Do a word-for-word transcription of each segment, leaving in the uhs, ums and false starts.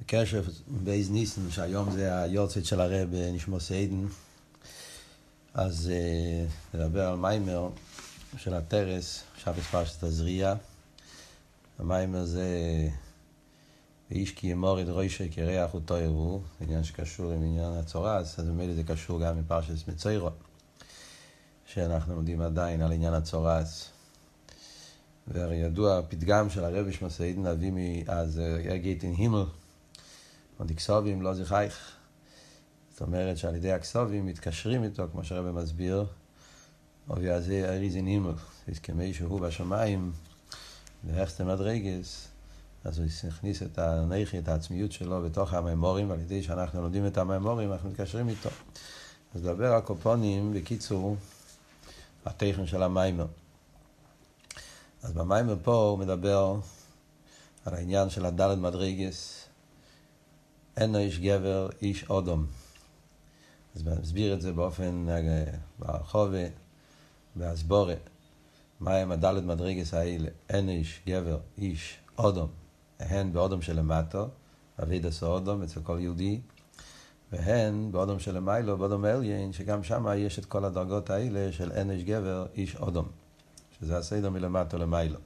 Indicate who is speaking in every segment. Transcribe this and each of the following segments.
Speaker 1: קשר בייז ניסן, שהיום זה היורצייט של הרב נשמוס עדן, אז uh, נדבר על מיימר של הטרס, שבת פרשת הזריעה. המיימר זה ואיש כי ימור את רוישי כריח אותו יבוא, עניין שקשור עם עניין הצורס, אז במילא זה קשור גם מפרשת מצוירו, שאנחנו לומדים עדיין על עניין הצורס. והרי ידוע הפתגם של הרב נשמוס עדן להביא מאז יגית אין הימל עוד כסובים לא זכייך, זאת אומרת שעל ידי הכסובים מתקשרים איתו, כמו שהרב מסביר, ובזה אריז אין הימל, כמי שהוא בשמיים והכסת מדרגס, אז הוא הכניס את הנכי, את העצמיות שלו בתוך המאמורים, ועל ידי שאנחנו לומדים את המאמורים אנחנו מתקשרים איתו. אז לדבר על קופונים בקיצור התכן של המיימר. אז במיימר פה הוא מדבר על העניין של הדלת מדרגס, אין איש גבר, איש אודום. אז מסביר את זה באופן ברחובה, בהסבורה. מה הם הדלת מדרגס האלה? אין איש גבר, איש אודום. הן באודום שלמטו, אביד עשו אודום אצל כל יהודי, והן באודום שלמיילו, באודום אליין, שגם שם יש את כל הדרגות האלה של אין איש גבר, איש אודום. שזה הסדר מלמטו למיילו.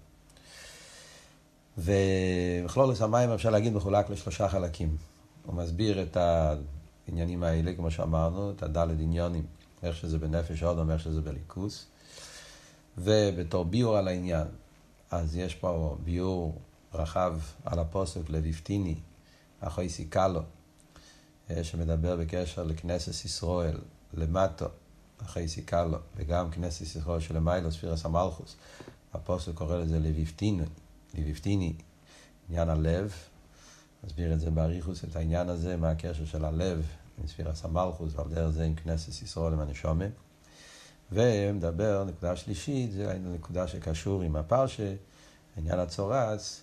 Speaker 1: ובכלולוס המים אפשר להגיד מחולק לשלושה חלקים. הוא מסביר את העניינים האלה, כמו שאמרנו, את הדלת עניונים, איך שזה בנפש אודום, איך שזה בליכוס. ובתור ביור על העניין, אז יש פה ביור רחב על הפוסק לויפטיני, אחוי סיקלו, שמדבר בקשר לכנסת ישראל, למטו, אחרי סיקלו, וגם כנסת ישראל של מיילו, ספירס המלכוס. הפוסק קורא לזה לויפטיני, לויפטיני, עניין הלב. מסביר את זה באריכוס, את העניין הזה, מה הקשר של הלב עם ספירס המלכוס, ועל דרך זה עם כנסת ישראל עם הנשומה. ומדבר, נקודה שלישית, זה נקודה שקשור עם הפרשה, עניין הצורס,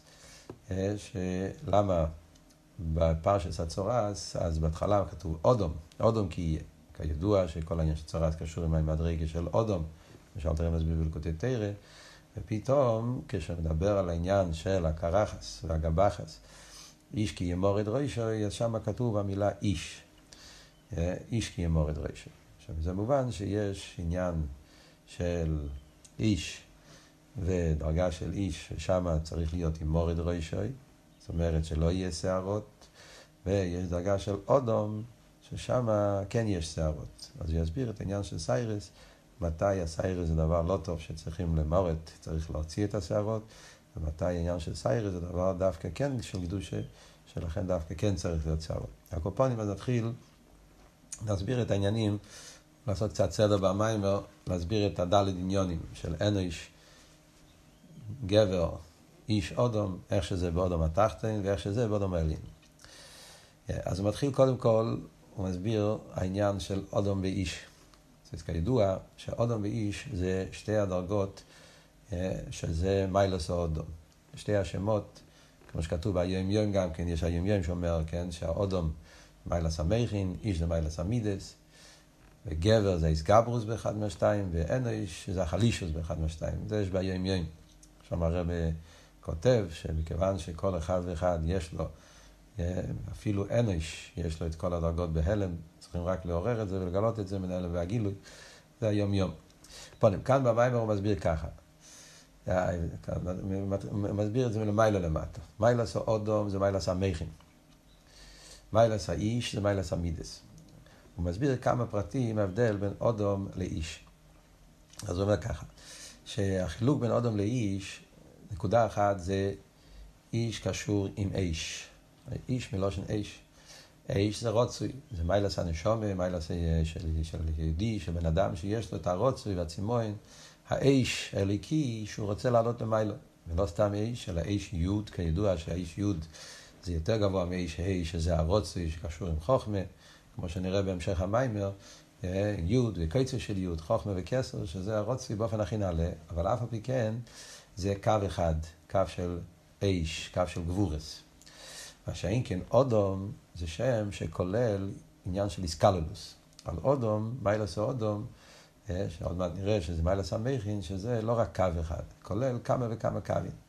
Speaker 1: שלמה בפרשת הצורס, אז בהתחלה כתוב אודום, אודום כי יהיה. כידוע שכל העניין של צורס קשור עם המדרגה של אודום, משל תראה מסביר בלקוטי תרא, ופתאום כשמדבר על העניין של הקרחס והגבחס, איש כי ימור את רוישו, אז שם כתוב המילה איש. איש כי ימור את רוישו. עכשיו, זה מובן שיש עניין של איש ודרגה של איש, ושם צריך להיות ימור את רוישו, זאת אומרת שלא יהיה שערות, ויש דרגה של אודום, ששם כן יש שערות. אז הוא יסביר את העניין של סיירס, מתי הסיירס זה דבר לא טוב שצריכים למורת, צריך להוציא את השערות, ומתי העניין של סיירס זה דבר דווקא כן של קדושה, שלכן דווקא כן צריך להיות שערות. הקופונים אז נתחיל להסביר את העניינים, לעשות קצת סדר במיימר, להסביר את הדלת עניונים של אין איש גבר, איש אודום, איך שזה באודום התחתן ואיך שזה באודום העליין. אז הוא מתחיל קודם כל, הוא מסביר העניין של אודום ואיש. זה כידוע שאודום ואיש זה שתי הדרגות שזה מיילוס האודום. שתי השמות, כמו שכתוב ביום יום גם כן, יש היום יום שאומר כן, שהאודום מיילוס המכין, איש זה מיילוס המידס, וגבר זה איסגברוס באחד מהשתיים, ואין איש זה החלישוס באחד מהשתיים. זה יש ביום יום. שם הרב כותב שמכיוון שכל אחד ואחד יש לו, אפילו אין איש, יש לו את כל הדרגות בהלם, צריכים רק לעורר את זה ולגלות את זה מן ההלם והגילוי, זה היום יום. פונים, כאן במיימר הוא מסביר ככה, הוא מסביר את זה מלמיילו למטה. מיילס האודום זה מיילס המכין, מיילס האיש זה מיילס המידס. הוא מסביר כמה פרטים ההבדל בין אודום לאיש. אז הוא אומר ככה, שהחילוק בין אודום לאיש, נקודה אחת זה איש קשור עם איש. איש מלושן איש. איש זה רוצוי, זה מיילס הנשומה, מיילס של, של יהודי, של בן אדם שיש לו את הרוצוי והצימוין. האיש האליקי שהוא רוצה לעלות למיילו. ולא סתם איש, אלא איש יוד, כידוע שהאיש יוד זה יותר גבוה מאיש ה' שזה הרוצוי שקשור עם חוכמה, כמו שנראה בהמשך המיימר, יוד וקיצר של יוד, חוכמה וכסר, שזה הרוצוי באופן הכי נעלה, אבל אף על פי כן זה קו אחד, קו של איש, קו של גבורס. מה שאין כן, אודום זה שם שכולל עניין של איסקלולוס. על אודום, מיילס האודום, שעוד מעט נראה שזה מיילס המכין, שזה לא רק קו אחד, כולל כמה וכמה קווים.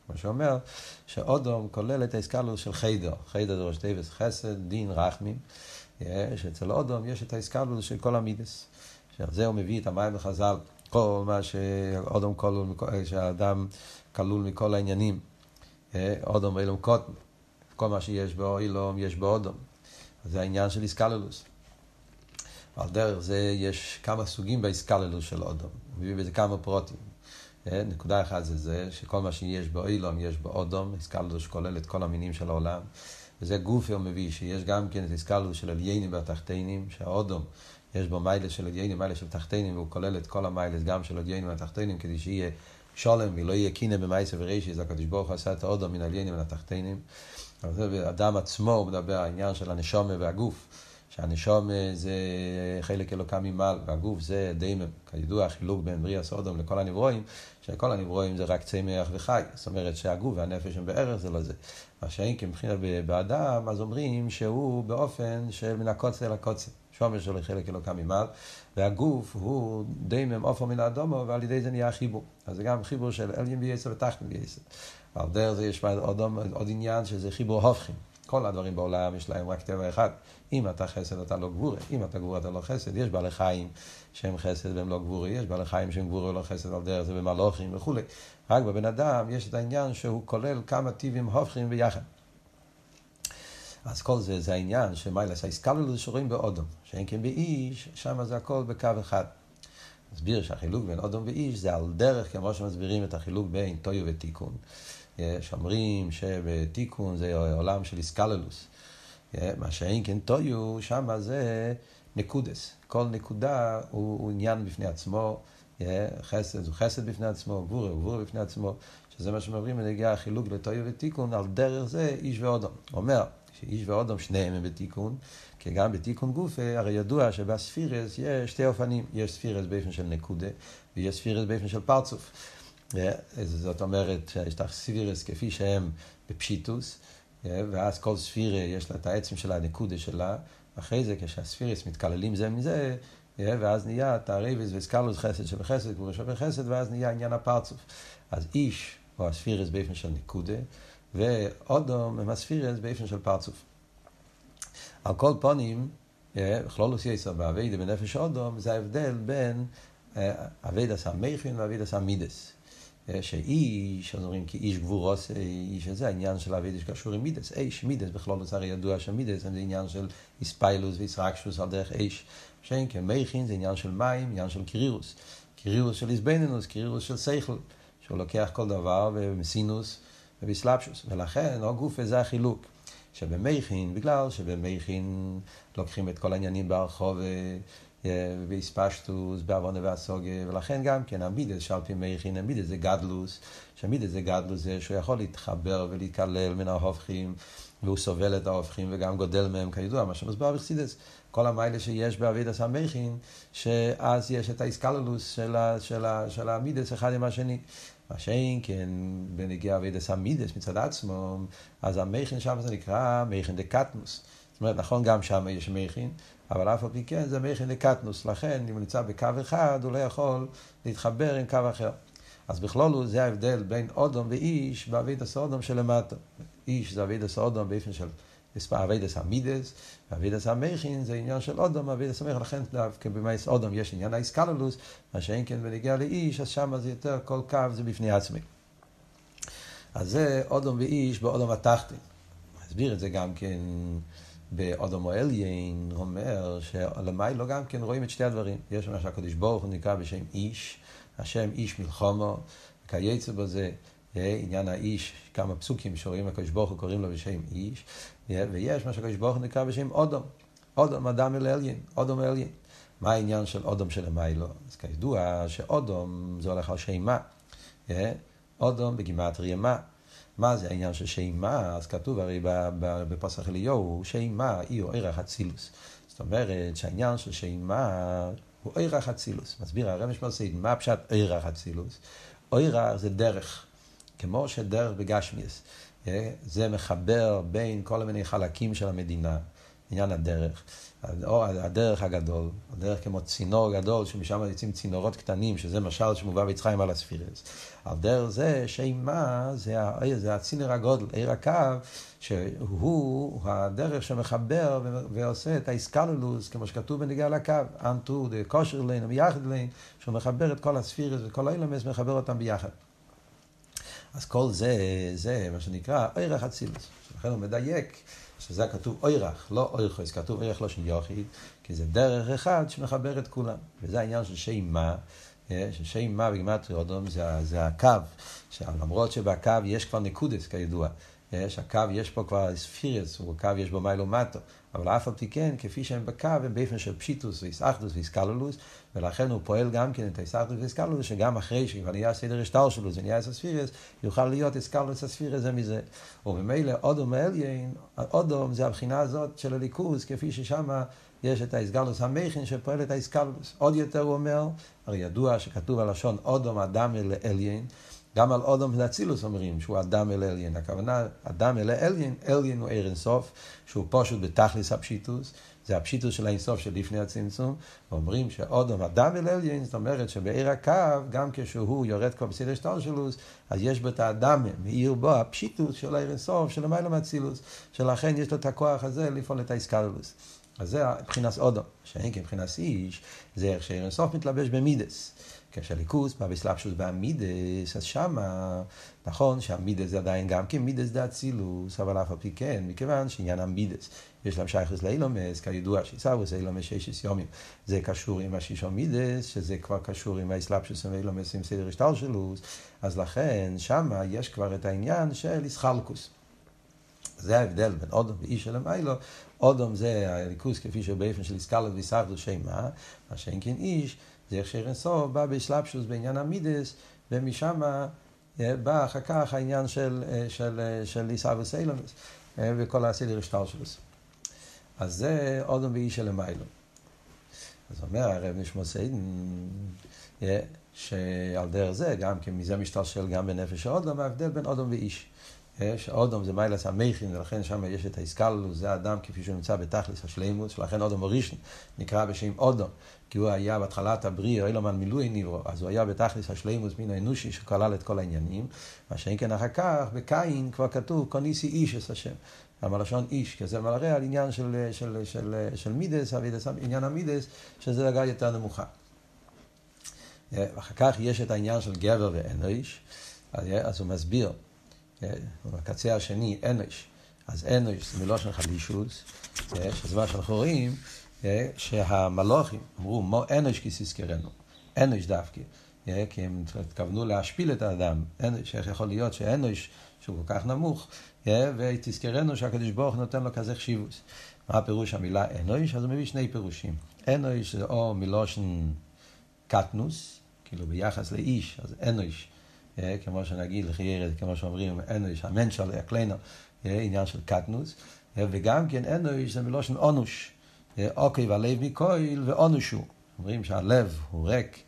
Speaker 1: כמו שאומר, שאודום כולל את האיסקלוס של חיידר. חיידר זה ראש תיבס חסד, דין, רחמים. שאצל אודום יש את האיסקלוס של כל המידס. שעל זה הוא מביא את המים בחז"ל. כל מה שאודום כלול, שהאדם כלול מכל העניינים. אודום אילום קוטן. כל מה שיש בו אילום יש בו אודום. זה העניין של איסקללוס. על דרך זה יש כמה סוגים באיסקללוס של אודום. מביא בזה כמה פרוטים. נקודה אחת זה זה, שכל מה שיש בו אילום יש בו אודום. איסקללוס כולל את כל המינים של העולם. וזה גוף הוא מביא שיש גם כן את איסקללוס של עליינים והתחתינים, שהאודום יש בו מיילה של עליינים, מיילה של תחתינים, והוא כולל את כל המיילה גם של עליינים והתחתינים, כדי שיהיה שולם ולא יהיה קינא במעשה ורישא. זה הקדוש ברוך הוא עשה את האודום מן העליינים והתחתינים. האדם עצמו הוא מדבר על העניין של הנשמה והגוף, שהנשמה זה חלק אלוקה ממעל, והגוף זה דיימם. כידוע החילוק בין בריאה סודום לכל הנברואים, שכל הנברואים זה רק צמח וחי. זאת אומרת שהגוף והנפש הם בערך זה לא זה. מה שאין כמבחינת באדם, אז אומרים שהוא באופן של מן הקוצה אל הקוצה. שומר שלו חלק אלוקה ממעל, והגוף הוא דיימם אופו מן האדומו, ועל ידי זה נהיה חיבור. אז זה גם חיבור של עליין בייסר ותחתון בייסר. על דרך זה יש עוד, עוד עניין שזה חיבור הופכים. כל הדברים בעולם יש להם רק טבע אחד. אם אתה חסד אתה לא גבורה, אם אתה גבורה אתה לא חסד. יש בעלי חיים שהם חסד והם לא גבורה, יש בעלי חיים שהם גבורה ולא חסד, על דרך זה במלוכים וכו'. רק בבן אדם יש את העניין שהוא כולל כמה טיבים הופכים ביחד. אז כל זה זה העניין שמיילס האיסקללוס שרואים באודום, שאין כן באיש, שם זה הכל בקו אחד. מסביר שהחילוק בין אודום ואיש זה על דרך, כמו שמסבירים את החילוק בין טויו ותיקון. שאומרים שבתיקון זה עולם של איסקללוס. מה שאין כן טויו, שם זה נקודס. כל נקודה הוא, הוא עניין בפני עצמו, חסד הוא חסד בפני עצמו, גבורה הוא גבורה בפני עצמו, שזה מה שמדברים בנגיע החילוק לטויו ותיקון, על דרך זה איש ואודום. אומר שאיש ואודום שניהם הם בתיקון, כי גם בתיקון גוף, הרי ידוע שבספירס יש שתי אופנים, יש ספירס באופן של נקודה, ויש ספירס באופן של פרצוף. זאת אומרת שיש את הספירס כפי שהם בפשיטוס, ואז כל ספירה יש לה את העצם שלה, הנקודה שלה, אחרי זה כשהספירס מתקללים זה מזה, ואז נהיה תערבס ואיסקללוס חסד של חסד, גבורה שווה חסד, ואז נהיה עניין הפרצוף. אז איש הוא הספירס באופן של נקודה, ואודום הם הספירס באופן של פרצוף. על כל פונים, בכלולוס יסר בעבודה בנפש אודום, זה ההבדל בין עבודת המכין ועבודת המידס. שאיש, אז אומרים כי איש גבורוס, איש הזה, העניין של עבודת שקשור עם מידס. איש, מידס, בכלולוס הרי ידוע שמידס זה עניין של איספיילוס ויסרקשוס על דרך איש. שאין כמכין זה עניין של מים, עניין של קירירוס. קירירוס של איסבנינוס, קירירוס של שכל, שהוא לוקח כל דבר ומסינוס ובסלאפשוס. ולכן, הגוף זה החילוק. שבמכין, בגלל שבמכין לוקחים את כל העניינים ברחוב ובאספשטוס, בעוונה והסוגה, ולכן גם כן המידס שעל פי מכין, המידס זה גדלוס, שהמידס זה גדלוס זה שהוא יכול להתחבר ולהתקלל מן ההופכים, והוא סובל את ההופכים וגם גודל מהם, כידוע, מה שמסבר בחסידות, כל המיילה שיש בעבודת המכין, שאז יש את האיסקללוס של, של, של המידס אחד עם השני. מה שאין כן בנגיע עבודת המידס מצד עצמו, אז המכין שם זה נקרא מכין דקטנוס. זאת אומרת, נכון, גם שם יש מכין, אבל אף על פי כן זה מכין דקטנוס. לכן, אם הוא נמצא בקו אחד, הוא לא יכול להתחבר עם קו אחר. אז בכלול זה ההבדל בין אודום ואיש בעבודת האודום שלמטה. איש זה עבודת האודום באופן של עבודת המידס, ועבודת המכין זה עניין של אודום, עבודת המכין, לכן כבמייס אודום יש עניין האיסקללוס, מה שאין כן בנגיע לאיש, אז שם זה יותר כל קו זה בפני עצמי. אז זה אודום ואיש באודום התחתון. מסביר את זה גם כן באודום או עליין, אומר שלמי לא גם כן רואים את שתי הדברים. יש מה שהקדוש ברוך הוא נקרא בשם איש, השם איש מלחומו, וכייצא בזה, עניין האיש, כמה פסוקים שרואים הקדוש ברוך הוא קוראים לו בשם איש, ויש מה שהקדוש ברוך הוא נקרא בשם אודום, אודום אדם אל עליין, אודום עליין. מה העניין של אודום של המיילו? אז כידוע שאודום זה הולך על שימה, אודום בגימטריה מה. מה זה העניין של שימה? אז כתוב הרי בפסח אליהו, שימה היא ערך אצילוס. זאת אומרת שהעניין של שימה הוא ערך אצילוס. מסביר הרב משמעסית, מה פשט ערך אצילוס? ערך זה דרך, כמו שדרך בגשמיאס. זה מחבר בין כל מיני חלקים של המדינה. עניין הדרך. הדרך הגדול, הדרך כמו צינור גדול, שמשם יוצאים צינורות קטנים, שזה משל שמובא ביצחיים על הספירס. על דרך זה, שמה, זה, זה הצינר הגודל, עיר הקו, שהוא הדרך שמחבר ועושה את האיסקלולוס, כמו שכתוב בנגיעה לקו, אנטו, דה כושר לין, מייחד לין, שהוא מחבר את כל הספירס וכל האילמס, מחבר אותם ביחד. אז כל זה, זה מה שנקרא, ערך אצילוס. לכן הוא מדייק, שזה כתוב אוירח, לא אוירחוס, כתוב אוירח לא של יוחיד, כי זה דרך אחד שמחבר את כולם. וזה העניין של שם מה, ששם מה בגימטריה אודום זה, זה הקו, למרות שבקו יש כבר נקודס כידוע, יש, הקו יש פה כבר ספירס, הקו יש בו מיילו מטו, אבל אף על פי כן, כפי שהם בקו, הם באופן של פשיטוס ואיסאחדוס ואיסקלולוס, ולכן הוא פועל גם כן את האיסאחדוס ואיסקלולוס, שגם אחרי שכבר נהיה סדר השטר שלו, זה נהיה הספירס, יוכל להיות איסקלולוס הספירס זה מזה. וממילא אודום האליין, אודום זה הבחינה הזאת של הליכוז, כפי ששם יש את האיסגלוס המכין שפועל את האיסקלולוס. עוד יותר הוא אומר, הרי ידוע שכתוב על לשון אודום אדם אל אליין, גם על אודום לאצילוס אומרים שהוא אדם אל אליין. הכוונה, אדם אל אליין, אליין הוא עיר אינסוף, שהוא פשוט בתכליס הפשיטוס, זה הפשיטוס של האינסוף של לפני הצמצום, ואומרים שאודום אדם אל אליין, זאת אומרת שבעיר הקו, גם כשהוא יורד כבר בסדר שטר שלוס, אז יש בו את האדם, מאיר בו הפשיטוס של העיר אינסוף, של המילה מאצילוס, שלכן יש לו את הכוח הזה לפעול את האיסקלולוס. אז זה מבחינת אודום, שאין כמבחינת איש, זה איך שעיר אינסוף מתלבש במידס. כשהליכוס בא בסלאפשוס בעמידס, אז שמה, נכון שהמידס זה עדיין גם כן מידס דה אצילוס, אבל אף על פי כן, מכיוון שעניין המידס, יש להם שייכוס לאילומס, כידוע שיסאווס אילומס שישס יומים, זה קשור עם השישו מידס, שזה כבר קשור עם האסלאפשוס ואילומס עם סדר השטר שלוס, אז לכן שמה יש כבר את העניין של איסחלקוס. זה ההבדל בין אודום ואיש שלמיילו. אודום זה הליכוס כפי שבאופן של איסקלות ואיסחדוס שמה, מה שאין כן איש, זה איך שאירנסוף בא בסלאפשוס בעניין המידס, ומשם בא אחר כך העניין של, של, של איסאווס אילומס, וכל הסדר השטר שלו. אז זה אודום ואיש שלמיילו. אז אומר הרב נשמע סיידן, שעל דרך זה, גם כי מזה משתלשל גם בנפש האודום, ההבדל בין אודום ואיש. שאודום זה מיילס המכין, ולכן שם יש את האיסקלולוס, זה האדם כפי שהוא נמצא בתכלס השלימוס, שלכן אודום הראשון נקרא בשם אודום, כי הוא היה בהתחלת הבריא, אילום על מילוי נברו, אז הוא היה בתכלס השלימוס מן האנושי שכלל את כל העניינים, מה שאין כן אחר כך, בקין כבר כתוב, קוניסי איש es השם, המלשון איש, כי זה מראה על עניין של, של, של, של מידס, עניין המידס, שזה דרגה יותר נמוכה. ואחר כך יש את העניין של גבר ואנוש, אז הוא מסביר, בקצה השני, אנוש. אז אנוש זה מלושן חלישוס, שזה מה שאנחנו רואים, שהמלוכים אמרו, מו אנוש כי תזכרנו. אנוש דווקא, כי הם התכוונו להשפיל את האדם. אנוש, איך יכול להיות שאנוש, שהוא כל כך נמוך, ותזכרנו שהקדוש ברוך נותן לו כזה חשיבוס. מה הפירוש המילה אנוש? אז הוא מביא שני פירושים. אנוש זה או מלושן קטנוס, כאילו ביחס לאיש, אז אנוש, כמו שנגיד לחיירת, כמו שאומרים, אנוש, המנשל, הקלינו, עניין של קטנוס, וגם כן אנוש זה מלושן אונוש, אוקיי, והלב מכויל ואונושו. אומרים שהלב הוא ריק,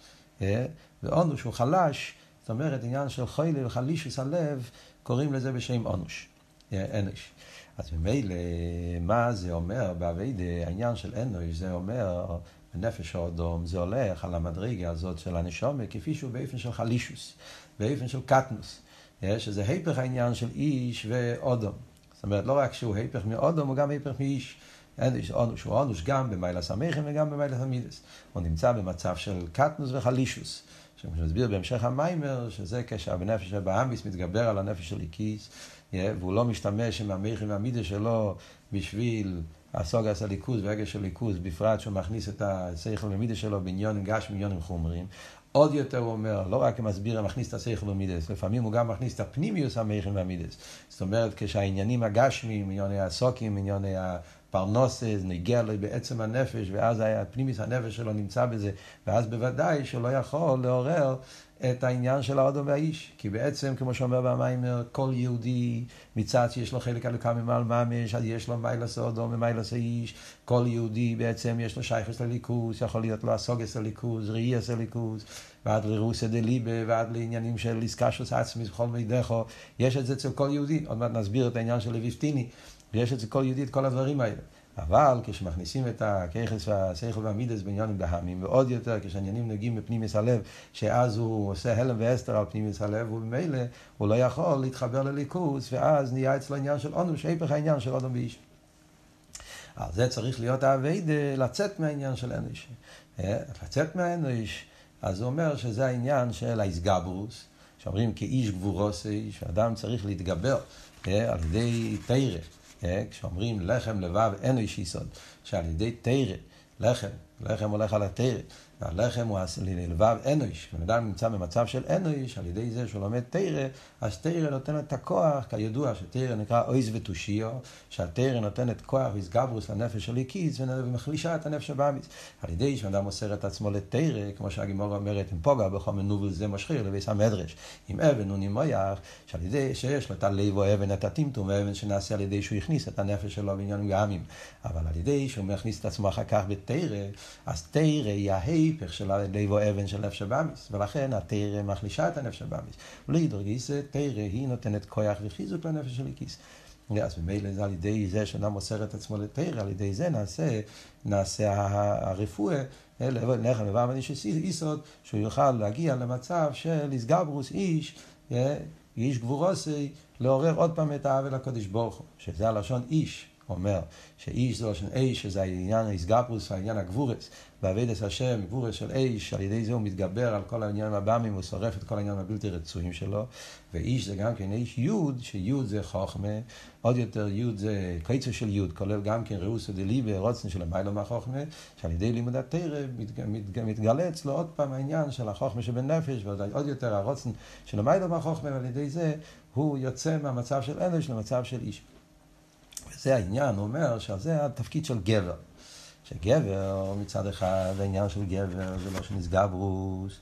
Speaker 1: ואונוש הוא חלש, זאת אומרת, עניין של חוילה וחלישוס הלב, קוראים לזה בשם אונוש, אנוש. אז ממילא, מה זה אומר בעבודה, העניין של אנוש, זה אומר, בנפש האדום, זה הולך על המדרגה הזאת של הנשמה, כפי שהוא באופן של חלישוס, באופן של קטנוס, שזה היפך העניין של איש ואודום. זאת אומרת, לא רק שהוא היפך מאודום, הוא גם היפך מאיש. אונוש הוא אונוש גם במיילס המכין וגם במיילס המידס. הוא נמצא במצב של קטנוס וחלישוס. שמסביר בהמשך המיימר, שזה כשהנפש בנפש הבאמיס מתגבר על הנפש של איקיס, והוא לא משתמש עם המכין והמידס שלו בשביל הסוגס הליכוז והגש של ליכוז, בפרט שהוא מכניס את השכל ומידס שלו בעניונים גשמיים, עניונים חומריים. עוד יותר הוא אומר, לא רק מסביר, הוא מכניס את השכל ומידס, לפעמים הוא גם מכניס את הפנימיוס המכין והמידס. זאת אומרת, כשהעניינים הגשמיים, ענייני הסוקים, ענייני הפרנוסס, נגיע לו בעצם הנפש, ואז הפנימיוס הנפש שלו נמצא בזה, ואז בוודאי שלא יכול לעורר את העניין של האדם והאיש. כי בעצם, כמו שאומר במיימר, כל יהודי מצד שיש לו חלק הלוקה ממעל ממש, אז יש לו מיילס האדם ומיילס האיש. כל יהודי בעצם יש לו שייכס לליכוז, יכול להיות לו הסוגס לליכוז, ראייס לליכוז, ועד לרוסיה דליבה, ועד לעניינים של איסקשוס עצמי, בכל מידךו. יש את זה אצל כל יהודי. עוד מעט נסביר את העניין של לויפטיני. ויש אצל כל יהודי את כל הדברים האלה. אבל כשמכניסים את הכיחס והשכל והמידס בעניונים דהמים, ועוד יותר כשעניינים נוגעים בפנימיס הלב, שאז הוא עושה הלם ואסתר על פנימיס הלב, ובמילא הוא לא יכול להתחבר לליכוס, ואז נהיה אצלו עניין של אונום, שהיפך העניין של אודום ואיש. על זה צריך להיות העבודה, לצאת מהעניין של אנוש. לצאת מהאנוש, אז הוא אומר שזה העניין של ההסגברוס, שאומרים כאיש גבורוסי, שאדם צריך להתגבר על ידי תירה. כשאומרים לחם לבב אנוש יסוד, שעל ידי תירה, לחם, לחם הולך על התירה, והלחם הוא לבב אנוש, כשאדם נמצא במצב של אנוש, על ידי זה שהוא לומד תירה, אז תירה נותנת את הכוח, כידוע שתירה נקרא אויז ותושיו, שהתירה נותנת כוח והסגברוס לנפש של איקיס, ומחלישה את הנפש הבאמיס. על ידי שאדם מוסר את עצמו לתירה, כמו שהגימורה אומרת, אם פוגע בכל מנובל זה משחיר לביס המדרש, עם אבן הוא נמויח, שעל ידי שיש לו את הלב או אבן, את הטמטום, אבן שנעשה על ידי שהוא הכניס את הנפש שלו בעניין גאמים, אבל על ידי שהוא מכניס את עצמו אחר כך בתירה, אז תירה היא ההיפך של הלב או אבן של נפש הבאמיס, ולכן התירה מחלישה את הנפש הבאמיס. ולהידור גיסא, תירה היא נותנת כוח וחיזוק לנפש של איקיס. אז במילא זה על ידי זה שאדם מוסר את עצמו לתירה, על ידי זה נעשה, נעשה הרפואה, לחם לבב אנוש יסוד, שהוא יוכל להגיע למצב של הסגברוס איש, איש גבורוסי, לעורר עוד פעם את העוול הקדוש ברוך הוא, שזה הלשון איש. אומר שאיש זה לשון איש, שזה העניין ההסגברוס, העניין הגבורס, בעבודת השם, גבורס של איש, על ידי זה הוא מתגבר על כל העניין הבאמים, הוא שורף את כל העניין הבלתי רצויים שלו, ואיש זה גם כן איש יוד, שיוד זה חוכמה, עוד יותר יוד זה קיצור של יוד, כולל גם כן ראוס דליבה, רוצן של המיילו מהחוכמה, שעל ידי לימוד התורה מתגלה אצלו עוד פעם העניין של החוכמה שבנפש, ועוד יותר הרוצן של המיילו מהחוכמה, ועל ידי זה הוא יוצא מהמצב של אנוש למצב של איש. וזה העניין, הוא אומר שזה התפקיד של גבר. שגבר, מצד אחד, העניין של גבר, זה לא שנסגברוס,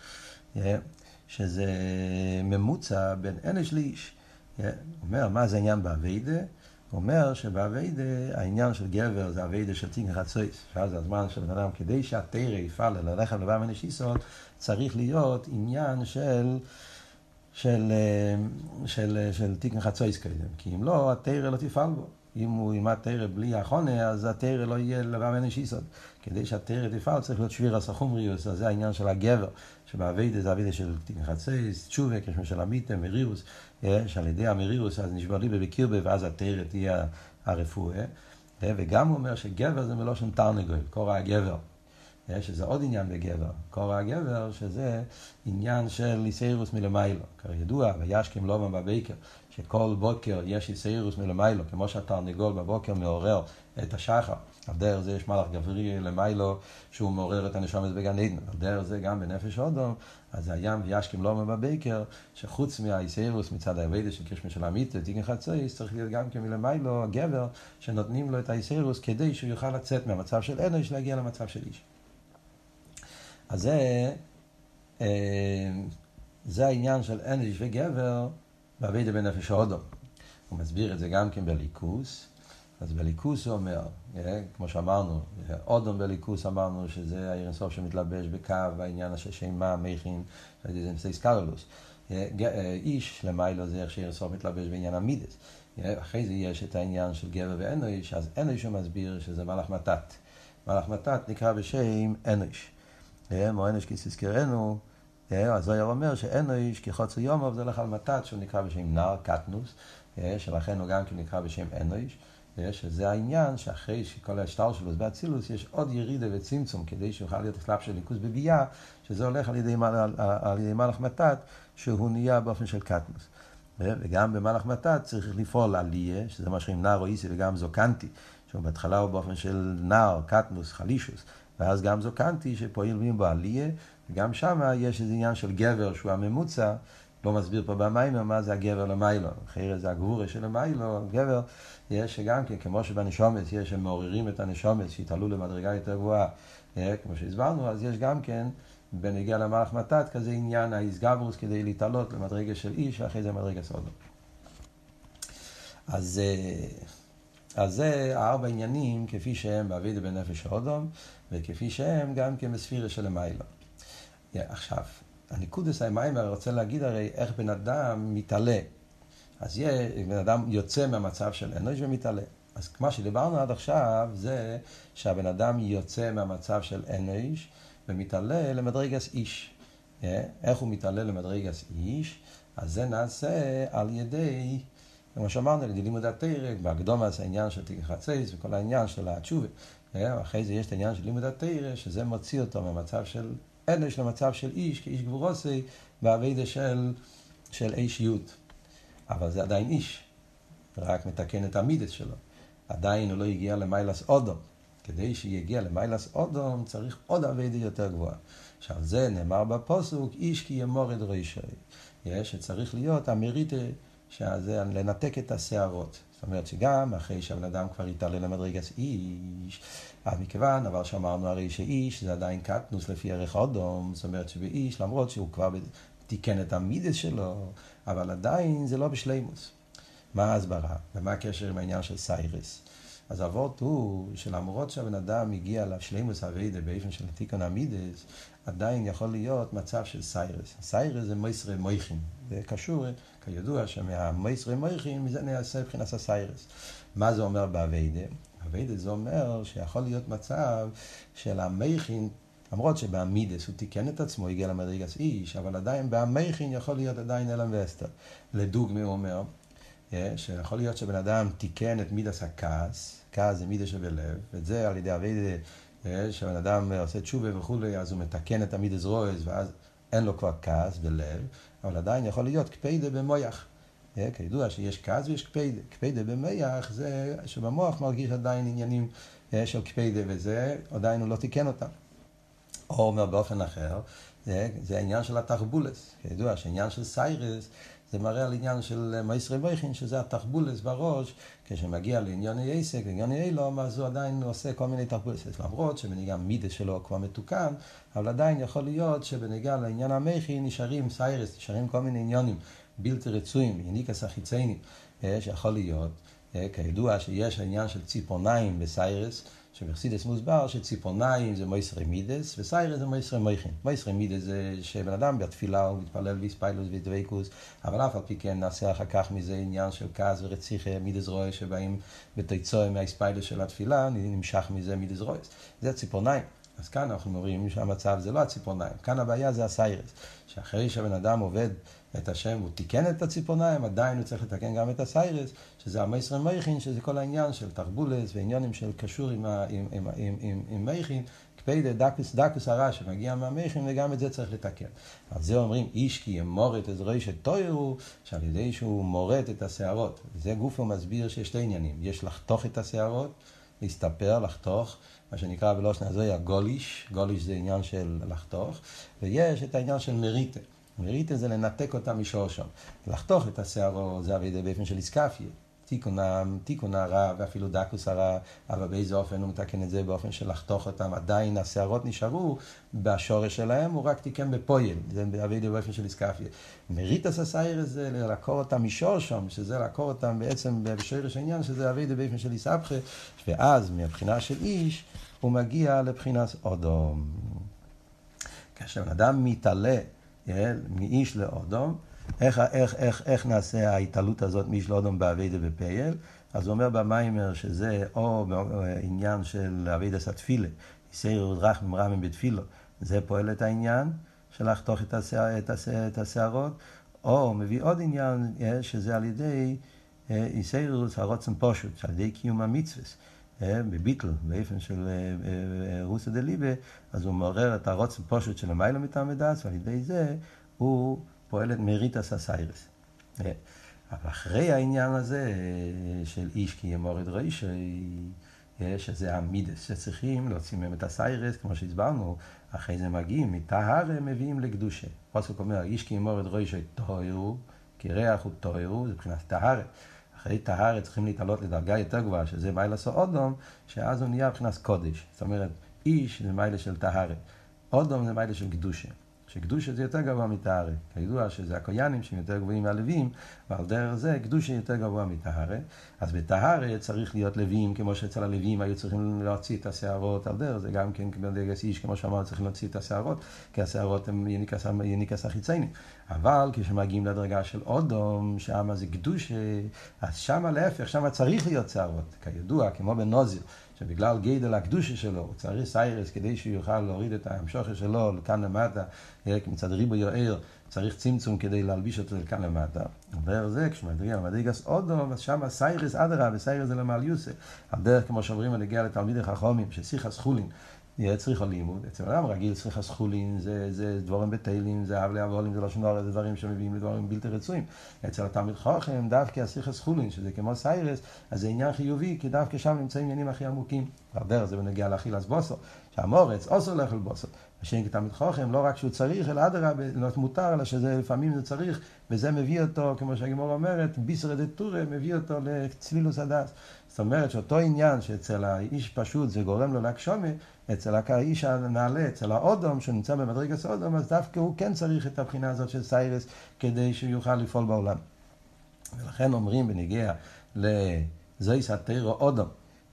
Speaker 1: שזה ממוצע בין אנוש לאיש. הוא אומר, מה זה העניין בעבודה? הוא אומר שבעבודה, העניין של גבר זה העבודה של תיקון חצות. שאז הזמן של בן אדם, כדי שהתורה יפעל ללחם לבב אנוש יסוד, צריך להיות עניין של... של, של, של תיקון חצות קודם. כי אם לא, התורה לא תפעל בו. אם הוא ילמד תורה בלי החונה, אז התורה לא יהיה לבב אנוש יסוד. כדי שהתורה תפעל צריך להיות שביר הסחומריוס, אז זה העניין של הגבר, שבעבודה זה העבודה של תיקון חצות, תשובה, כשם של המיתה, מרירוס, שעל ידי המרירוס אז נשבר ליבה בקרבה, ואז התורה תהיה הרפואה. וגם הוא אומר שגבר זה מלושן תרנגול, קורא הגבר. שזה עוד עניין בגבר, קורא הגבר, שזה עניין של איסיירוס מלמיילו. כידוע, וישכם לובן בבקר, שכל בוקר יש איסיירוס מלמיילו, כמו שהתרנגול בבוקר מעורר את השחר. על דרך זה יש מלאך גברי למיילו, שהוא מעורר את הנשמת בגן עדן. על דרך זה גם בנפש אודום, אז הים וישכם לובן בבקר, שחוץ מהאיסיירוס מצד העבודה של קשמה של עמית, תיקון חצות, צריך להיות גם כמלמיילו הגבר, שנותנים לו את האיסיירוס, כדי שהוא יוכל לצאת מהמצב של אנוש, להגיע למצב של איש. אז זה, זה העניין של אנוש וגבר בעבודה בנפש האודום. הוא מסביר את זה גם כן בליכוס. אז בליכוס הוא אומר, כמו שאמרנו, אודום בליכוס אמרנו שזה העיר אינסוף שמתלבש בקו, העניין הששמה, מכין, זה נושא איסקרלוס. איש למיילו זה איך שעיר אינסוף מתלבש בעניין המידס. אחרי זה יש את העניין של גבר ואנוש, אז אנוש הוא מסביר שזה מלאך מתת. מלאך מתת נקרא בשם אנוש. או אנוש כסזכרנו, אז הוא אומר שאנוש כחוצה יום, זה הולך על מתת שהוא נקרא בשם נער, קטנוס, שלכן הוא גם כן נקרא בשם אנוש, שזה העניין שאחרי שכל השטר שלו זה באצילוס, יש עוד ירידה וצמצום כדי שיוכל להיות סלאפ של ליכוס בבייה, שזה הולך על ידי, על, על ידי מלאך מתת, שהוא נהיה באופן של קטנוס. וגם במלאך מתת צריך לפעול עליה, שזה מה שאומרים נער או איסי וגם זוקנתי, שהוא בהתחלה הוא באופן של נער, קטנוס, חלישוס, ואז גם זוקנתי שפועלים בו עליה, וגם שם יש איזה עניין של גבר שהוא הממוצע, לא מסביר פה במים מה זה הגבר למיילו, אחרי זה הגבורה של המיילו, גבר, יש שגם כן, כמו שבנשומץ יש שמעוררים את הנשומץ, שהתעלו למדרגה יותר גבוהה, כמו שהסברנו, אז יש גם כן, בנגיע למלאך מתת, כזה עניין ההסגברוס כדי להתעלות למדרגה של איש, ואחרי זה מדרגה סודום. אז, אז זה ארבע עניינים כפי שהם בעבודה בנפש האודום, וכפי שהם גם כן בספירה של המיילו. עכשיו, הניקודס המים רוצה להגיד הרי איך בן אדם מתעלה. אז יהיה, בן אדם יוצא מהמצב של אנוש ומתעלה. אז מה שדיברנו עד עכשיו זה שהבן אדם יוצא מהמצב של אנוש ומתעלה למדרגס איש. איך הוא מתעלה למדרגס איש? אז זה נעשה על ידי, כמו שאמרנו, על ידי לימוד התורה, בהקדומה זה העניין של תיקח חצייס וכל העניין של התשובה. אחרי זה יש את העניין של לימוד התורה, שזה מוציא אותו מהמצב של אנוש למצב של איש, כאיש גבורוסי, בעבודה של, של אישיות. אבל זה עדיין איש, רק מתקן את המידס שלו. עדיין הוא לא הגיע למיילס אודום. כדי שיגיע למיילס אודום צריך עוד עבודה יותר גבוהה. עכשיו זה נאמר בפסוק, איש כי ימורד ראשי. יש שצריך להיות המריטה, שזה לנתק את השערות. זאת אומרת שגם אחרי שהבן אדם כבר יתעלה למדרגס איש, אז מכיוון, אבל שאמרנו הרי שאיש זה עדיין קטנוס לפי ערך אודום, זאת אומרת שבאיש, למרות שהוא כבר תיקן את המידס שלו, אבל עדיין זה לא בשלימוס. מה ההסברה? ומה הקשר עם העניין של סיירס? אז העבוד הוא שלמרות שהבן אדם הגיע לשלימוס הווידה באופן של תיקון המידס, עדיין יכול להיות מצב של סיירס. סיירס זה מייסרי מויכין. זה קשור, כידוע שמהמייסרי מויכין מזה נעשה מבחינת הסיירס. מה זה אומר בהווידה? הווידה זה אומר שיכול להיות מצב של המייכין, למרות שבאמידס הוא תיקן את עצמו, הגיע למדרגס איש, אבל עדיין בהמייכין יכול להיות עדיין אלם ואסתר. לדוגמה הוא אומר, שיכול להיות שבן אדם תיקן את מידס הכעס, כעס זה מידס שבלב, ואת זה על ידי הווידה, שבן אדם עושה תשובה וכולי, אז הוא מתקן את המידס רועז, ואז אין לו כבר כעס בלב, אבל עדיין יכול להיות קפידה במויח. כידוע שיש כעס ויש קפידה. קפידה במויח זה שבמוח מרגיש עדיין עניינים של קפידה, וזה עדיין הוא לא תיקן אותם. או אומר באופן אחר, זה, זה העניין של התחבולס. כידוע שעניין של סיירס, זה מראה על עניין של מייסרי מויכין, שזה התחבולס בראש, כשמגיע לעניין עסק, לעניין אילום, אז הוא עדיין עושה כל מיני תחבולס. למרות שבנהיגה מידס שלו כבר מתוקן, אבל עדיין יכול להיות שבנהיגה לעניין המכין נשארים סיירס, נשארים כל מיני עניינים בלתי רצויים, יניקס החיציינים, שיכול להיות, כידוע שיש העניין של ציפורניים בסיירס, שבחסידס מוסבר שציפורניים זה מייסרי מידס, וסיירס זה מייסרי מויכין. מייסרי מידס זה שבן אדם בתפילה הוא מתפלל ויספיילוס ודוויקוס, אבל אף על פי כן נעשה אחר כך מזה עניין של כעס ורציחה, מידס רואה שבאים בתיצוע מהספיילוס של התפילה, נמשך מזה מידס רואה. זה הציפורניים. אז כאן אנחנו אומרים שהמצב זה לא הציפורניים, כאן הבעיה זה הסיירס, שאחרי שהבן אדם עובד את השם, הוא תיקן את הציפורניים, עדיין הוא צריך לתקן גם את הסיירס, שזה המייסרי מויכין, שזה כל העניין של תחבולס ועניינים של קשור עם, עם, עם, עם, עם, עם מויכין, קפידה, דקוס, דקוס הרע שמגיע מהמויכין, וגם את זה צריך לתקן. אז זה אומרים, איש כי ימורת את ראשי תוירו, שעל ידי שהוא מורת את השערות. זה גוף ומסביר שיש שתי עניינים, יש לחתוך את השערות, להסתפר, לחתוך, מה שנקרא בלושן הזויה גוליש, גוליש זה עניין של לחתוך, ויש את העניין של מריטה. מריטה זה לנתק אותם משורשם. לחתוך את השערות זה עבודה באופן של איסקפיה. תיקונם, תיקון הרע ואפילו דקוס הרע, אבל באיזה אופן הוא מתקן את זה באופן של לחתוך אותם. עדיין השערות נשארו בשורש שלהם, הוא רק תיקן בפויל. זה עבודה באופן של איסקפיה. מריטס הסיירס זה לעקור אותם משורשם, שזה לעקור אותם בעצם בשורש העניין, שזה עבודה באופן של איסבכה, ואז מבחינה של איש, הוא מגיע לבחינת אודום. כאשר אדם מתעלה מאיש לאודום, איך, איך, איך, איך נעשה ההתעלות הזאת מאיש לאודום בעבודה בפייל? אז הוא אומר במיימר שזה או עניין של עבודת התפילה, יסייר רחמים רחמים בתפילו, זה פועל את העניין של לחתוך את, השע, את, השע, את השערות, או מביא עוד עניין שזה על ידי יסייר הרוצן פשוט, על ידי קיום המצווס. בביטל, באופן של רוסא דליבה, אז הוא מעורר את הרוצן פשוט של המילה מטעם הדס, ועל ידי זה הוא פועל את מריטס הסיירס. אבל אחרי העניין הזה של איש כי ימורד ראשי, שזה המידס שצריכים להוציא מהם את הסיירס, כמו שהסברנו, אחרי זה מגיעים, מטהרה מביאים לקדושה. פסוק אומר, איש כי ימורד ראשי טהרו, כי ריח הוא טהרו, זה מבחינת טהרה. אחרי טהרה צריכים להתעלות לדרגה יותר גבוהה, שזה מיילס או אודום, שאז הוא נהיה מבחינת קודש. זאת אומרת, איש זה מיילס של טהרה, אודום זה מיילס של קדושה. שקדושה זה יותר גבוה מטהרה. כידוע שזה הקויאנים שהם יותר גבוהים מהלווים, ועל דרך זה קדושה יותר גבוה מטהרה. אז בטהרה צריך להיות לווים, כמו שאצל הלווים היו צריכים להוציא את השערות על דרך, זה גם כן בדרגס איש, כמו שאמרנו, צריכים להוציא את השערות, כי השערות הם יניקס החיציינים. אבל כשמגיעים לדרגה של אודום, שם זה קדושה, אז שם להפך, שם צריך להיות שערות. כידוע, כמו בנוזיר, שבגלל גדל הקדושה שלו, הוא צריך סיירס כדי שהוא יוכל להוריד את המשוכר שלו לכאן למטה, מצד ריבו יוער, צריך צמצום כדי להלביש אותו לכאן למטה. ועל זה, כשמדריע למדרגס אודום, אז שם סיירס אדרה, וסיירס זה למעל יוסה. הדרך, כמו שאומרים, הנגיע לתלמידי חכמים, ששיחס חולין, צריך לימוד. אצל אדם רגיל שיחס חולין, זה, זה דבורים בתהילים, זה אב להבולים, זה לא שנור, זה דברים שמביאים לדברים בלתי רצויים. אצל התלמיד חכם, דווקא השיחס חולין, שזה כמו סיירס, אז זה עניין חיובי, כי דווקא שם נמצאים עניינים הכי עמוקים. הדרך זה בנגיע לאכילס בוסו, שהמורץ אוסר לאכול בוסו. השם כתלמיד חכם, לא רק שהוא צריך, אלא אדרה, לא מותר, אלא שזה לפעמים זה צריך, וזה מביא אותו, כמו שהגמרא אומרת, ביסרא דטורא, מביא אותו לצלילוס הדס. זאת אומרת שאותו עניין שאצל האיש פשוט זה גורם לו להגשומה, אצל האיש הנעלה, אצל האודום שנמצא במדרגת האודום, אז דווקא הוא כן צריך את הבחינה הזאת של סיירס כדי שהוא יוכל לפעול בעולם. ולכן אומרים בנגיע לזויס התירו אודום,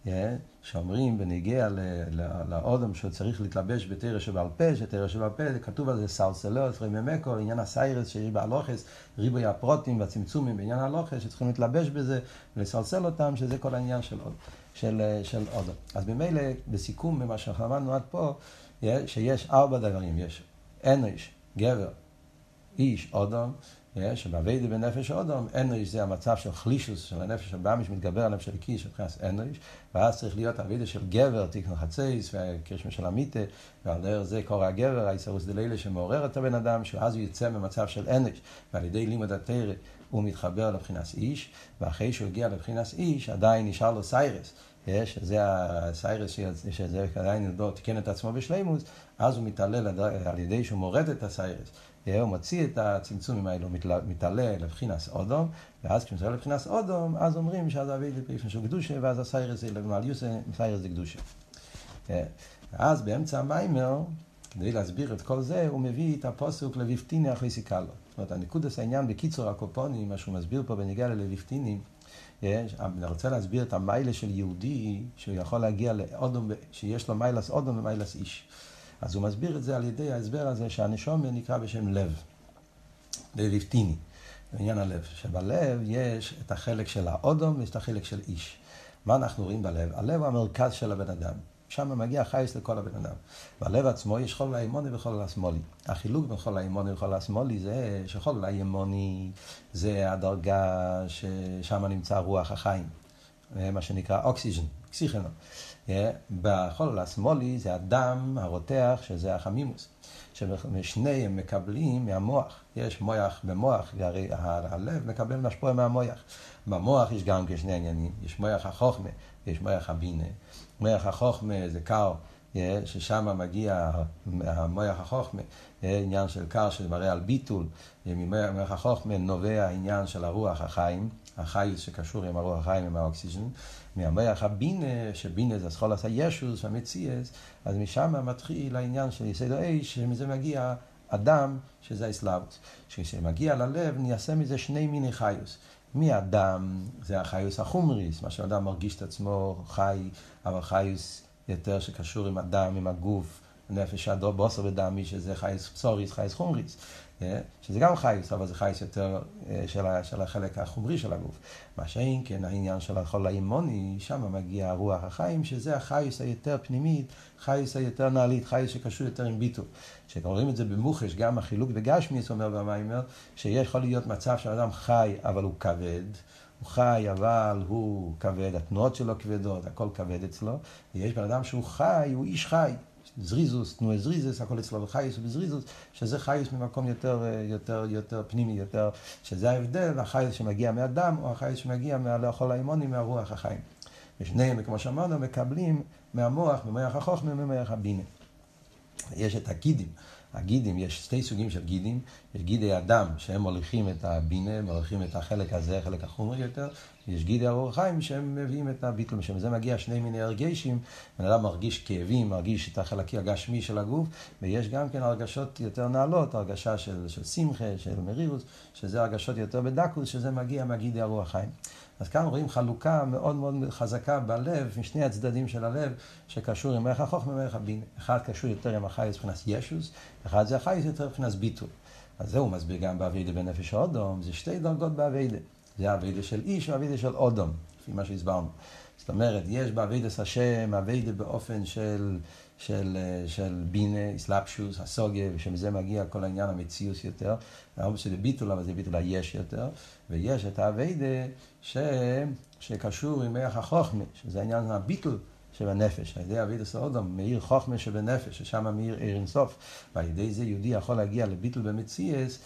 Speaker 1: שאומרים בנגיע לאודום שהוא צריך להתלבש בתירה שבעל פה, שתירה שבעל פה, כתוב על זה סלסלות, רממקו, עניין הסיירס שיש בהלוכס, ריבוי הפרוטים והצמצומים בעניין ההלוכס, שצריכים להתלבש בזה ולסלסל אותם, שזה כל העניין של אודום. של, של אודום. אז במילא, בסיכום ממה שאמרנו עד פה, שיש ארבע דברים, יש אנוש, גבר, איש, אודום, שבעבודה בנפש אודום, אנוש זה המצב של חלישוס של הנפש הבאמיש, מתגבר על נפש הליקי, שבחינס אנוש, ואז צריך להיות עבודה של גבר, תיקנו חצייס, והקרשמה של המיטה, ועל דרך זה קורא הגבר, הישרוס דלילה שמעורר את הבן אדם, שאז הוא יצא ממצב של אנוש, ועל ידי לימוד התורה הוא מתחבר לבחינס איש, ואחרי שהוא הגיע לבחינס איש, עדיין נשאר לו סיירס, שזה הסיירס שזה עדיין תיקן את עצמו בשלימוס, אז הוא מתעלה על ידי שהוא מורד את הסיירס, הוא מוציא את הצמצומים האלו, מתעלה לבחינס אודום, ואז כשמצא לבחינס אודום, אז אומרים שזה עבד לפעמים שהוא קדושה, ואז הסיירס זה למעל יוסה, סיירס זה קדושה. אז באמצע המיימר, כדי להסביר את כל זה, הוא מביא את הפוסוק לויפטיני אחרי סיכלו. זאת אומרת, הנקודס העניין בקיצור הקופוני, מה שהוא מסביר פה בנגיע ללויפטיני, אני רוצה להסביר את המיילה של יהודי, שהוא יכול להגיע לאודום, שיש לו מיילס אודום ומיילס איש. אז הוא מסביר את זה על ידי ההסבר הזה שהנשום נקרא בשם לב, לויפטיני, בעניין הלב. שבלב יש את החלק של האודום ויש את החלק של איש. מה אנחנו רואים בלב? הלב הוא המרכז של הבן אדם. שם מגיע חייס לכל הבן אדם. בלב עצמו יש חול האימוני וחול השמאלי. החילוק בין חול האימוני וחול השמאלי זה שחול האימוני זה הדרגה ששם נמצא רוח החיים, מה שנקרא אוקסיג'ן, אקסיכנו. בחול השמאלי זה הדם הרותח שזה החמימוס, ששניהם מקבלים מהמוח. יש מוח במוח, והרי הלב מקבל משפוע מהמוח. במוח יש גם כשני עניינים, יש מוח החוכמה ויש מוח הבינה. מוח החוכמה זה קר, ששם מגיע המוח החוכמה, עניין של קר שמראה על ביטול. ממוח החוכמה נובע העניין של הרוח החיים, החייס שקשור עם הרוח החיים, עם האוקסיג'ן. מהמוח הבינה, שבינה זה סחולת הישוס והמציאס, אז משם מתחיל העניין של יסוד האש, שמזה מגיע אדם, שזה האסלאבוס. כשמגיע ללב, ניישם מזה שני מיני חיוס. מהדם זה החיוס החומריס, מה שאדם מרגיש את עצמו חי, אבל חיוס יותר שקשור עם הדם, עם הגוף, נפש הדו בוסר ודמי, שזה חייס פסוריס, חייס חומריס, שזה גם חייס, אבל זה חייס יותר של, של החלק החומרי של הגוף. מה שאין כן העניין של החול האימוני, שם מגיע הרוח החיים, שזה החייס היותר פנימית, חייס היותר נעלית, חייס שקשור יותר עם ביטול. שקוראים את זה במוחש, גם החילוק בגשמיס אומר במיימר, שיכול להיות מצב שהאדם חי, אבל הוא כבד, הוא חי, אבל הוא כבד, התנועות שלו כבדות, הכל כבד אצלו, ויש בן אדם שהוא חי, הוא איש חי, זריזוס, תנועה זריזוס, הכל אצלו בחייס ובזריזוס, שזה חייס ממקום יותר, יותר, יותר פנימי, יותר, שזה ההבדל, החייס שמגיע מהדם, או החייס שמגיע מהחול האימוני, מהרוח החיים. ושניהם, כמו שאמרנו, מקבלים מהמוח, ממוח החוכמה, ממוח הבינה. יש את הגידים. הגידים, יש שתי סוגים של גידים. יש גידי אדם, שהם מוליכים את הבינה, מוליכים את החלק הזה, החלק החומרי יותר. יש גידי הרוח חיים, שהם מביאים את הביטול. שמזה מגיע שני מיני הרגשים. בן אדם מרגיש כאבים, מרגיש את החלקי הגשמי של הגוף, ויש גם כן הרגשות יותר נעלות, הרגשה של, של שמחה, של מרירוס, שזה הרגשות יותר בדקוס, שזה מגיע מהגידי הרוח חיים. אז כאן רואים חלוקה מאוד מאוד חזקה בלב, משני הצדדים של הלב, שקשור עם מוח החוכמה ומוח הבינה. אחד קשור יותר עם החייס מבחינת ישוס, אחד זה החייס יותר מבחינת ביטול. אז זהו מסביר גם בעבודה בנפש האודום, זה שתי דרגות בעבודה. זה העבודה של איש והעבודה של אודום, לפי מה שהסברנו. זאת אומרת, יש בעבודת השם, עבודה באופן של, של, של בינה, אסלאפשוס, הסוגיה, ושמזה מגיע כל העניין המציאוס יותר. אנחנו שזה ביטול, אבל זה ביטול היש יותר. ויש את העבודה ש... שקשור עם מח החוכמה, שזה העניין הביטול של הנפש. על ידי עבודת האודום מאיר חוכמה שבנפש, ששם מאיר עיר אינסוף. ועל ידי זה יהודי יכול להגיע לביטול במציאס,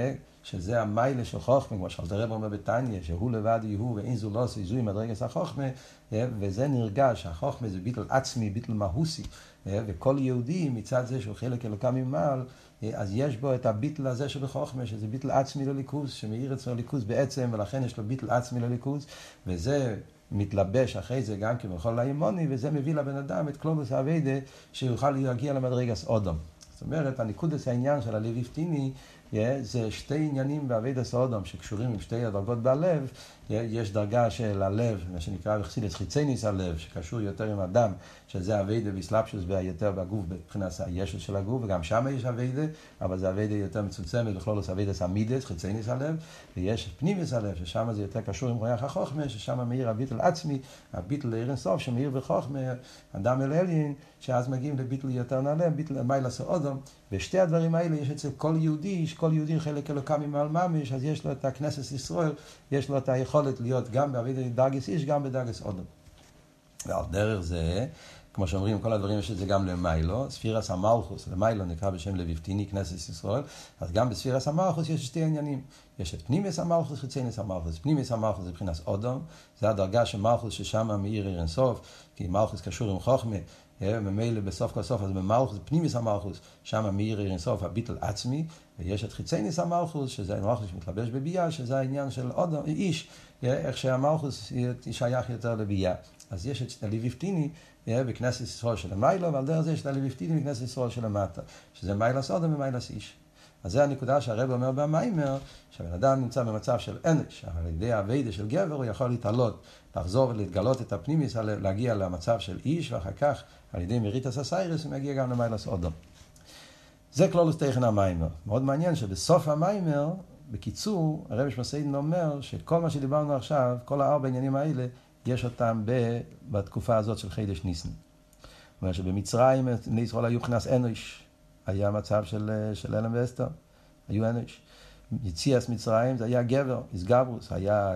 Speaker 1: שזה המיילה של חוכמה, כמו שאלתר רב אומר בתניא, שהוא לבד יהוא ואין זו לא עשי זוהי מדרגת החוכמה, וזה נרגש, החוכמה זה ביטול עצמי, ביטול מהוסי, וכל יהודי מצד זה שהוא חלק אלוקם ממעל, אז יש בו את הביטול הזה שבחוכמה, שזה ביטול עצמי לליכוז, שמאיר אצלו ליכוז בעצם, ולכן יש לו ביטול עצמי לליכוז, וזה מתלבש אחרי זה גם כבכל האימוני, וזה מביא לבן אדם את כלולוס העבודה, שיוכל להגיע למדרגת אודום. זאת אומרת, הנקודס העניין של הלב הפתיני, זה שתי עניינים בעבודת האודום שקשורים עם שתי הדרגות בלב. יש דרגה של הלב, מה שנקרא בחסידות חיצייניס הלב, שקשור יותר עם אדם, שזה עבודה באסלאפשוס יותר בגוף, מבחינת הישות של הגוף, וגם שם יש עבודה, אבל זה עבודה יותר מצומצמת, בכלולוס עבודת המידס, חיצייניס הלב, ויש פנימיס הלב, ששם זה יותר קשור עם רויח החוכמה, ששם מאיר הביטול עצמי, הביטול לעיר אינסוף, שמאיר בחוכמה, אדם אל אלין, שאז מגיעים לביטול יותר נעלה, ביטול מיילס האודום. ושתי הדברים האלה יש אצל כל יהודי, כל יהודי חלק אלוקם ממעל ממש, אז יש לו את הכנסת ישראל, יש לו את היכולת להיות גם בעבודת דרגס איש, גם בדרגס אודום. ועל דרך זה, כמו שאומרים, כל הדברים יש את זה גם למיילו, ספירס המלכוס, למיילו נקרא בשם לב הפתיני, כנסת ישראל, אז גם בספירס המלכוס יש שתי עניינים. יש את פנימיס המלכוס, חיצייניס המלכוס. פנימיס המלכוס זה מבחינת אודום, זה הדרגה של מלכוס ששם מאיר עיר אינסוף, כי מלכוס קשור עם חוכמה, ממילא בסוף כל סוף, אז במלכוס, פנימיס המלכוס, שם מאיר עיר אינסוף, הביטול עצמי, ויש את חיצייניס המלכוס, שזה המלכוס שמתלבש בבייה, שזה העניין של אודום, איש, איך שהמלכוס שייך יותר לבייה. אז יש את הלב הפתיני בכנסת ישראל של המיילו, ועל דרך זה יש את הלב הפתיני בכנסת ישראל של המטה, שזה מיילס אודום ומיילס איש. אז זה הנקודה שהרב אומר במיימר, שהבן אדם נמצא במצב של אנש, אבל על ידי העבודה של גבר הוא יכול להתעלות, לחזור ולהתגלות את הפנימיס, להגיע למצב של איש, ואחר כך על ידי מריטס הסיירס הוא מגיע גם למיילס אודום. זה כלולוס תכן המיימר. מאוד מעניין שבסוף המיימר, בקיצור, הרב שמסעידן אומר שכל מה שדיברנו עכשיו, כל הארבע עניינים האלה, יש אותם בתקופה הזאת של חידש ניסן. זאת אומרת שבמצרים, בני ישראל היו בכנס אנוש, היה מצב של, של אלם ואסתר, היו אנוש. יציאס מצרים זה היה גבר, איסגברוס, היה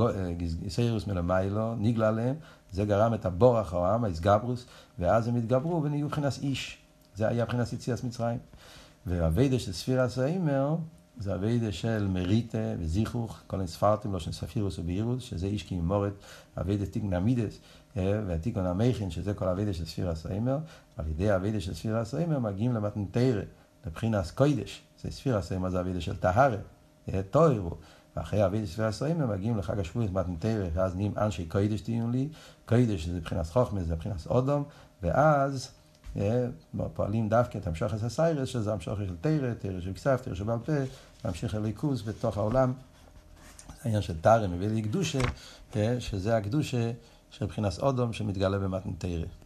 Speaker 1: סיירוס מלמיילו, נגלה להם, זה גרם את הבורח העם, האיסגברוס, ואז הם התגברו ונהיו בכנס איש. זה היה בכנס יציאס מצרים. והעבודה של ספירס האימר, זה העבודה של מריטה וזיכוך, כל מיני ספרטים, לא של ספירוס ובהירוס, שזה איש כימורת, העבודה תיקון המידס, והתיקון המכין, שזה כל העבודה של ספירס האימר. על ידי העבודה של ספירס האימר מגיעים למתנתרא, לבחינס קוידש, זה ספירס האימר, זה העבודה של טהרה, תוירו. ואחרי העבודה של ספירס האימר מגיעים לחג השבועית מתנתרא, ואז נהיים אנשי קוידש תהיו לי, קוידש זה בחינס חוכמה, זה בחינס אודום, ואז פועלים דווקא את המשוך את הסיירס, שזה המשוך של תרא, תרא של כסף, תרא של בעל פה, להמשיך הליכוז בתוך העולם. זה העניין של תרא מביא לי קדושה, שזה הקדושה של בחינס אודום שמתגלה במתן תרא.